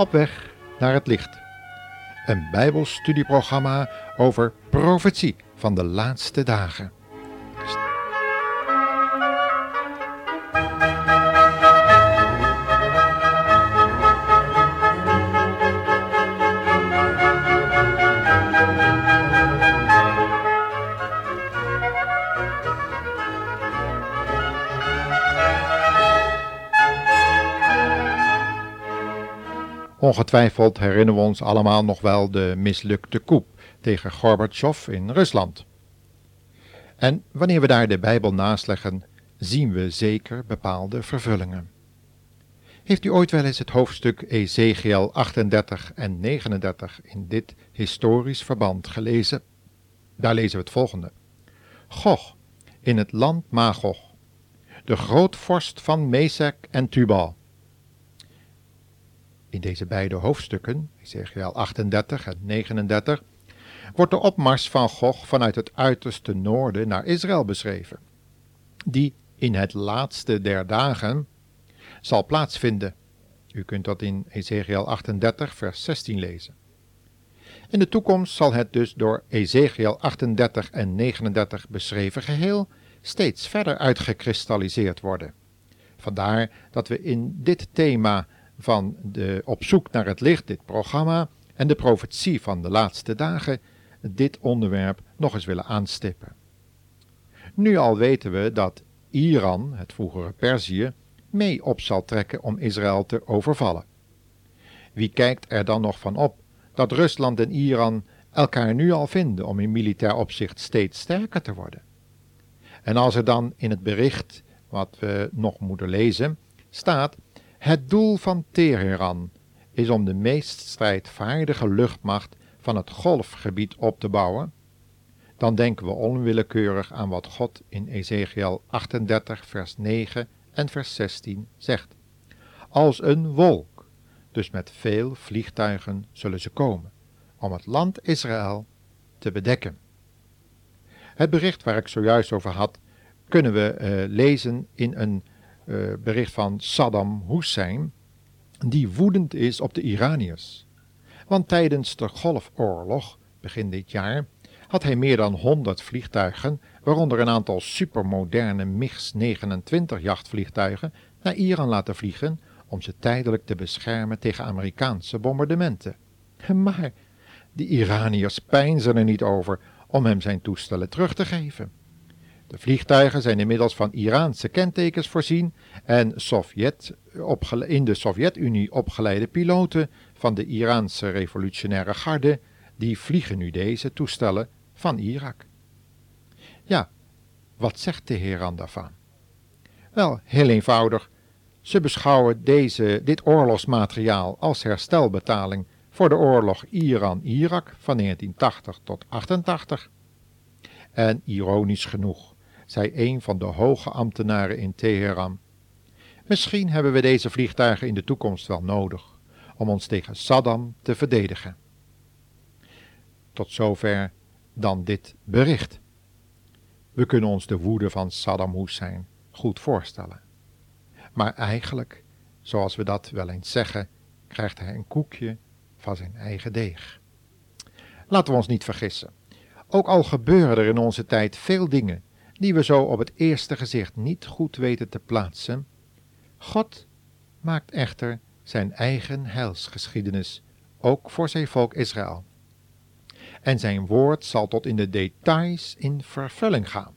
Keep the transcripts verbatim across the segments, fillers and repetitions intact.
Op weg naar het licht. Een Bijbelstudieprogramma over profetie van de laatste dagen. Ongetwijfeld herinneren we ons allemaal nog wel de mislukte coup tegen Gorbatsjov in Rusland. En wanneer we daar de Bijbel naast leggen, zien we zeker bepaalde vervullingen. Heeft u ooit wel eens het hoofdstuk Ezechiël achtendertig en negenendertig in dit historisch verband gelezen? Daar lezen we het volgende. Gog, in het land Magog, de grootvorst van Mesek en Tubal. In deze beide hoofdstukken, Ezechiël achtendertig en negenendertig, wordt de opmars van Gog vanuit het uiterste noorden naar Israël beschreven, die in het laatste der dagen zal plaatsvinden. U kunt dat in Ezechiël achtendertig vers zestien lezen. In de toekomst zal het dus door Ezechiël achtendertig en negenendertig beschreven geheel steeds verder uitgekristalliseerd worden. Vandaar dat we in dit thema van de Op zoek naar het licht, dit programma, en de profetie van de laatste dagen, dit onderwerp nog eens willen aanstippen. Nu al weten we dat Iran, het vroegere Perzië, mee op zal trekken om Israël te overvallen. Wie kijkt er dan nog van op dat Rusland en Iran elkaar nu al vinden om in militair opzicht steeds sterker te worden? En als er dan in het bericht, wat we nog moeten lezen, staat: het doel van Teheran is om de meest strijdvaardige luchtmacht van het golfgebied op te bouwen, dan denken we onwillekeurig aan wat God in Ezechiël achtendertig vers negen en vers zestien zegt. Als een wolk, dus met veel vliegtuigen zullen ze komen, om het land Israël te bedekken. Het bericht waar ik zojuist over had, kunnen we uh, lezen in een Uh, bericht van Saddam Hussein, die woedend is op de Iraniërs. Want tijdens de Golfoorlog, begin dit jaar, had hij meer dan honderd vliegtuigen, waaronder een aantal supermoderne MiG negenentwintig jachtvliegtuigen, naar Iran laten vliegen om ze tijdelijk te beschermen tegen Amerikaanse bombardementen. Maar de Iraniërs peinzen er niet over om hem zijn toestellen terug te geven. De vliegtuigen zijn inmiddels van Iraanse kentekens voorzien en Sovjet, opgele- in de Sovjet-Unie opgeleide piloten van de Iraanse revolutionaire garde, die vliegen nu deze toestellen van Irak. Ja, wat zegt Teheran daarvan? Wel, heel eenvoudig. Ze beschouwen deze, dit oorlogsmateriaal als herstelbetaling voor de oorlog Iran-Irak van negentien tachtig tot achtentachtig. En ironisch genoeg zei een van de hoge ambtenaren in Teheran: misschien hebben we deze vliegtuigen in de toekomst wel nodig om ons tegen Saddam te verdedigen. Tot zover dan dit bericht. We kunnen ons de woede van Saddam Hussein goed voorstellen. Maar eigenlijk, zoals we dat wel eens zeggen, krijgt hij een koekje van zijn eigen deeg. Laten we ons niet vergissen. Ook al gebeuren er in onze tijd veel dingen die we zo op het eerste gezicht niet goed weten te plaatsen, God maakt echter zijn eigen heilsgeschiedenis, ook voor zijn volk Israël. En zijn woord zal tot in de details in vervulling gaan.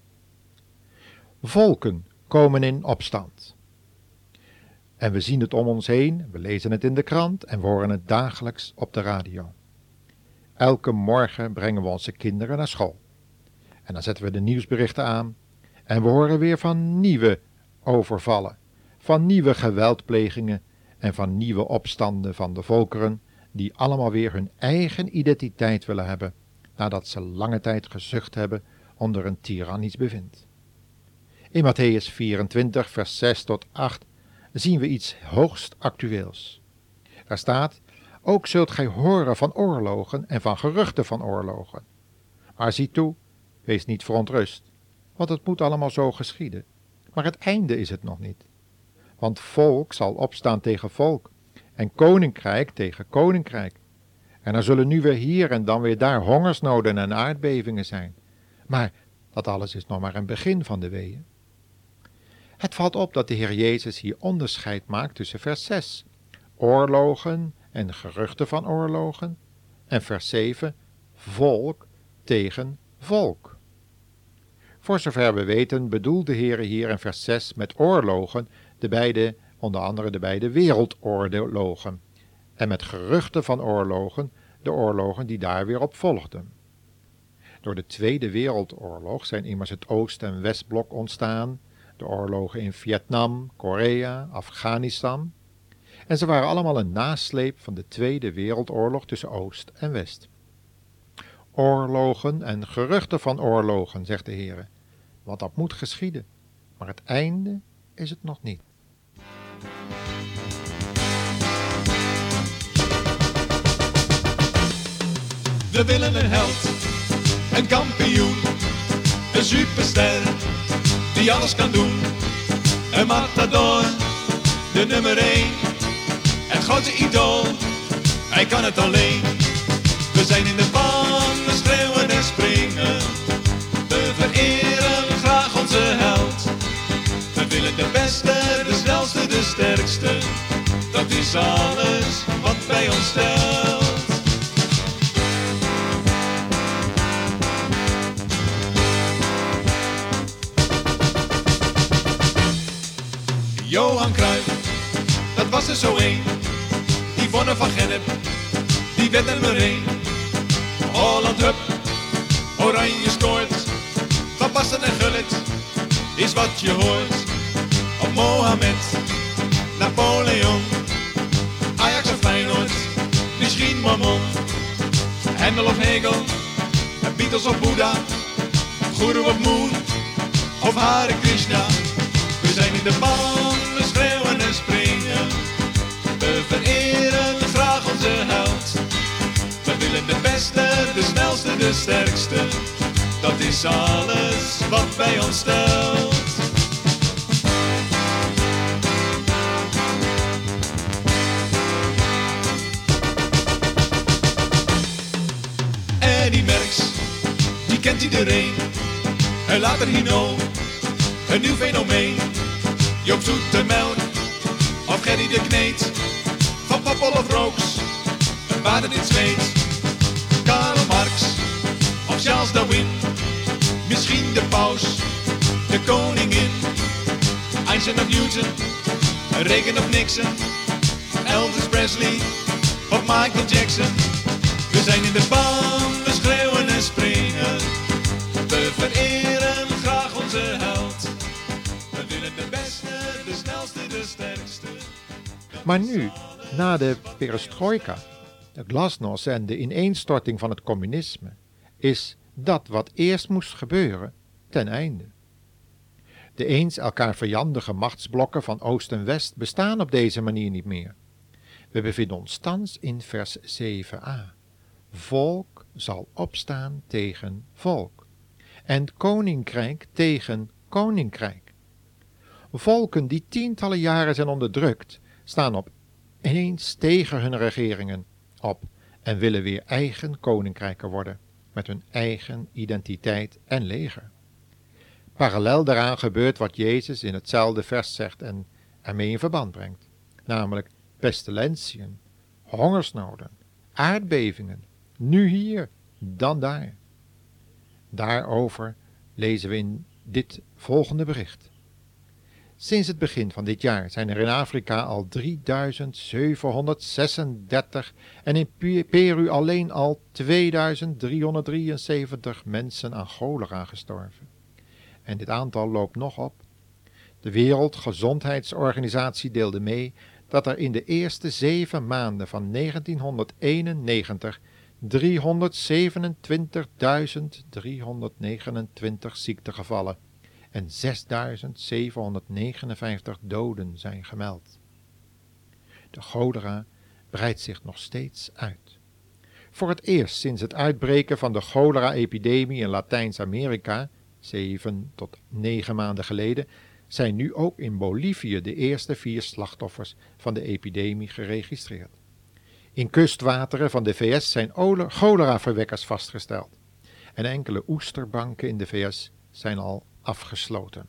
Volken komen in opstand. En we zien het om ons heen, we lezen het in de krant en we horen het dagelijks op de radio. Elke morgen brengen we onze kinderen naar school. En dan zetten we de nieuwsberichten aan en we horen weer van nieuwe overvallen, van nieuwe geweldplegingen en van nieuwe opstanden van de volkeren die allemaal weer hun eigen identiteit willen hebben nadat ze lange tijd gezucht hebben onder een tirannisch bewind. In Mattheüs vierentwintig vers zes tot acht zien we iets hoogst actueels. Daar staat: ook zult gij horen van oorlogen en van geruchten van oorlogen. Maar zie toe, wees niet verontrust, want het moet allemaal zo geschieden. Maar het einde is het nog niet. Want volk zal opstaan tegen volk en koninkrijk tegen koninkrijk. En er zullen nu weer hier en dan weer daar hongersnoden en aardbevingen zijn. Maar dat alles is nog maar een begin van de weeën. Het valt op dat de Heer Jezus hier onderscheid maakt tussen vers zes, oorlogen en geruchten van oorlogen, en vers zeven, volk tegen volk. Voor zover we weten bedoelt de Heer hier in vers zes met oorlogen de beide, onder andere de beide wereldoorlogen, en met geruchten van oorlogen de oorlogen die daar weer op volgden. Door de Tweede Wereldoorlog zijn immers het Oost- en Westblok ontstaan, de oorlogen in Vietnam, Korea, Afghanistan, en ze waren allemaal een nasleep van de Tweede Wereldoorlog tussen Oost en West. Oorlogen en geruchten van oorlogen, zegt de Heer, want dat moet geschieden, maar het einde is het nog niet. We willen een held, een kampioen, een superster die alles kan doen. Een matador, de nummer één, het grote idool, hij kan het alleen. We zijn in de ban, we schreeuwen en springen, we vereren graag onze held. We willen de beste, de snelste, de sterkste, dat is alles wat bij ons stelt. Johan Cruijff, dat was er zo één. Yvonne van Gennep, die werd nummer één. Holland Hup, Oranje scoort. Van Basten en Gullit is wat je hoort. Op Mohamed, Napoleon, Ajax of Feyenoord, misschien Mammon. Handel of Hegel, Beatles of Boeddha, Guru of Moon of Hare Krishna. We zijn in de ban, we schreeuwen en springen, we vereren graag onze held. We willen de beste, de snelste, de sterkste, dat is alles wat bij ons stelt. Eddie Merckx, die kent iedereen, en later Hino, een nieuw fenomeen. Joop Zoetemelk of Gerry de Kneet, Van Poppel of Rooks, een baden in zweet. Karl Marx of Charles Darwin, misschien de paus, de koningin. Einstein of Newton, Reagan of Nixon, Elvis Presley of Michael Jackson. We zijn in de ban, we schreeuwen en springen, we vereren graag onze held. We willen de beste, de snelste, de sterkste. Maar nu, na de perestrojka, de glasnost en de ineenstorting van het communisme, is dat wat eerst moest gebeuren ten einde. De eens elkaar vijandige machtsblokken van Oost en West bestaan op deze manier niet meer. We bevinden ons thans in vers zeven a. Volk zal opstaan tegen volk en koninkrijk tegen koninkrijk. Volken die tientallen jaren zijn onderdrukt, staan op ineens tegen hun regeringen op en willen weer eigen koninkrijken worden, met hun eigen identiteit en leger. Parallel daaraan gebeurt wat Jezus in hetzelfde vers zegt en ermee in verband brengt, namelijk pestilentiën, hongersnoden, aardbevingen, nu hier, dan daar. Daarover lezen we in dit volgende bericht. Sinds het begin van dit jaar zijn er in Afrika al drieduizend zevenhonderdzesendertig en in Peru alleen al tweeduizend driehonderddrieënzeventig mensen aan cholera gestorven. En dit aantal loopt nog op. De Wereldgezondheidsorganisatie deelde mee dat er in de eerste zeven maanden van negentienhonderdeenennegentig driehonderdzevenentwintigduizend driehonderdnegenentwintig ziektegevallen en zesduizend zevenhonderdnegenenvijftig doden zijn gemeld. De cholera breidt zich nog steeds uit. Voor het eerst sinds het uitbreken van de cholera-epidemie in Latijns-Amerika, zeven tot negen maanden geleden, zijn nu ook in Bolivie de eerste vier slachtoffers van de epidemie geregistreerd. In kustwateren van de V S zijn cholera-verwekkers vastgesteld en enkele oesterbanken in de V S zijn al afgesloten.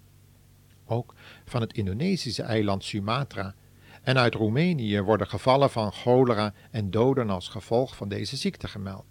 Ook van het Indonesische eiland Sumatra en uit Roemenië worden gevallen van cholera en doden als gevolg van deze ziekte gemeld.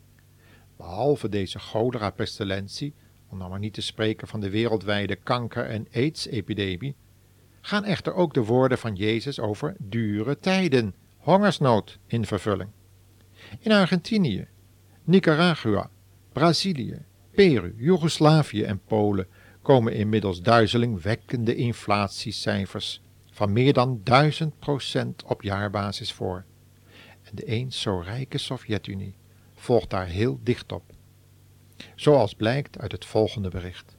Behalve deze cholera-pestilentie, om nou maar niet te spreken van de wereldwijde kanker- en aids-epidemie, gaan echter ook de woorden van Jezus over dure tijden, hongersnood in vervulling. In Argentinië, Nicaragua, Brazilië, Peru, Joegoslavië en Polen komen inmiddels duizelingwekkende inflatiecijfers van meer dan duizend procent op jaarbasis voor. En de eens zo rijke Sovjet-Unie volgt daar heel dicht op. Zoals blijkt uit het volgende bericht.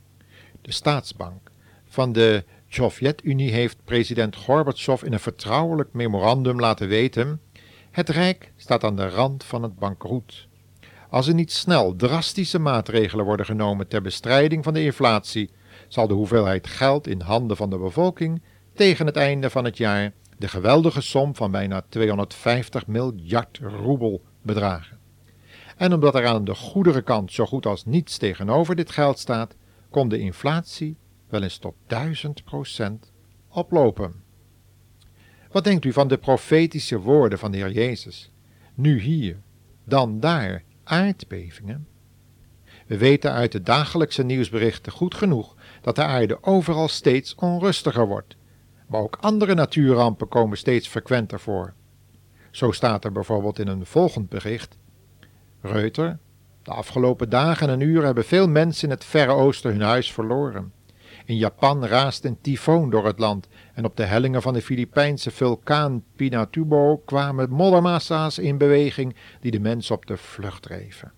De staatsbank van de Sovjet-Unie heeft president Gorbatsjov in een vertrouwelijk memorandum laten weten: het Rijk staat aan de rand van het bankroet. Als er niet snel drastische maatregelen worden genomen ter bestrijding van de inflatie, zal de hoeveelheid geld in handen van de bevolking tegen het einde van het jaar de geweldige som van bijna tweehonderdvijftig miljard roebel bedragen. En omdat er aan de goederenkant zo goed als niets tegenover dit geld staat, kon de inflatie wel eens tot duizend procent oplopen. Wat denkt u van de profetische woorden van de Heer Jezus? Nu hier, dan daar, aardbevingen? We weten uit de dagelijkse nieuwsberichten goed genoeg dat de aarde overal steeds onrustiger wordt, maar ook andere natuurrampen komen steeds frequenter voor. Zo staat er bijvoorbeeld in een volgend bericht: Reuter, de afgelopen dagen en uren hebben veel mensen in het Verre Oosten hun huis verloren. In Japan raast een tyfoon door het land en op de hellingen van de Filipijnse vulkaan Pinatubo kwamen moddermassa's in beweging die de mensen op de vlucht dreven.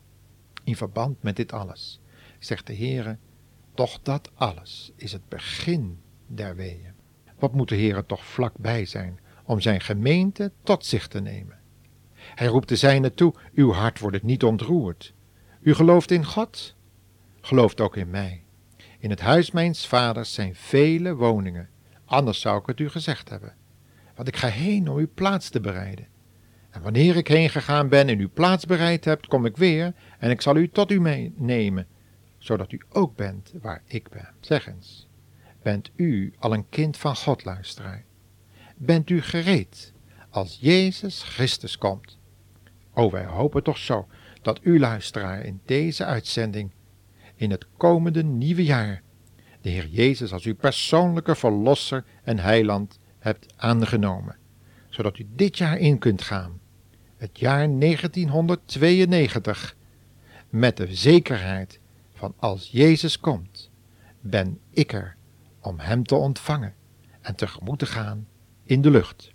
In verband met dit alles, zegt de Heere, toch dat alles is het begin der weeën. Wat moet de Heere toch vlakbij zijn om zijn gemeente tot zich te nemen? Hij roept de zijnen toe: uw hart wordt niet ontroerd. U gelooft in God? Gelooft ook in mij. In het huis mijns vaders zijn vele woningen, anders zou ik het u gezegd hebben. Want ik ga heen om uw plaats te bereiden. En wanneer ik heen gegaan ben en uw plaats bereid hebt, kom ik weer en ik zal u tot u meenemen, zodat u ook bent waar ik ben. Zeg eens, bent u al een kind van God, luisteraar? Bent u gereed als Jezus Christus komt? O, wij hopen toch zo dat u, luisteraar, in deze uitzending, in het komende nieuwe jaar, de Heer Jezus als uw persoonlijke verlosser en heiland hebt aangenomen, zodat u dit jaar in kunt gaan, het jaar negentienhonderdtweeënnegentig, met de zekerheid van: als Jezus komt, ben ik er om hem te ontvangen en tegemoet te gaan in de lucht.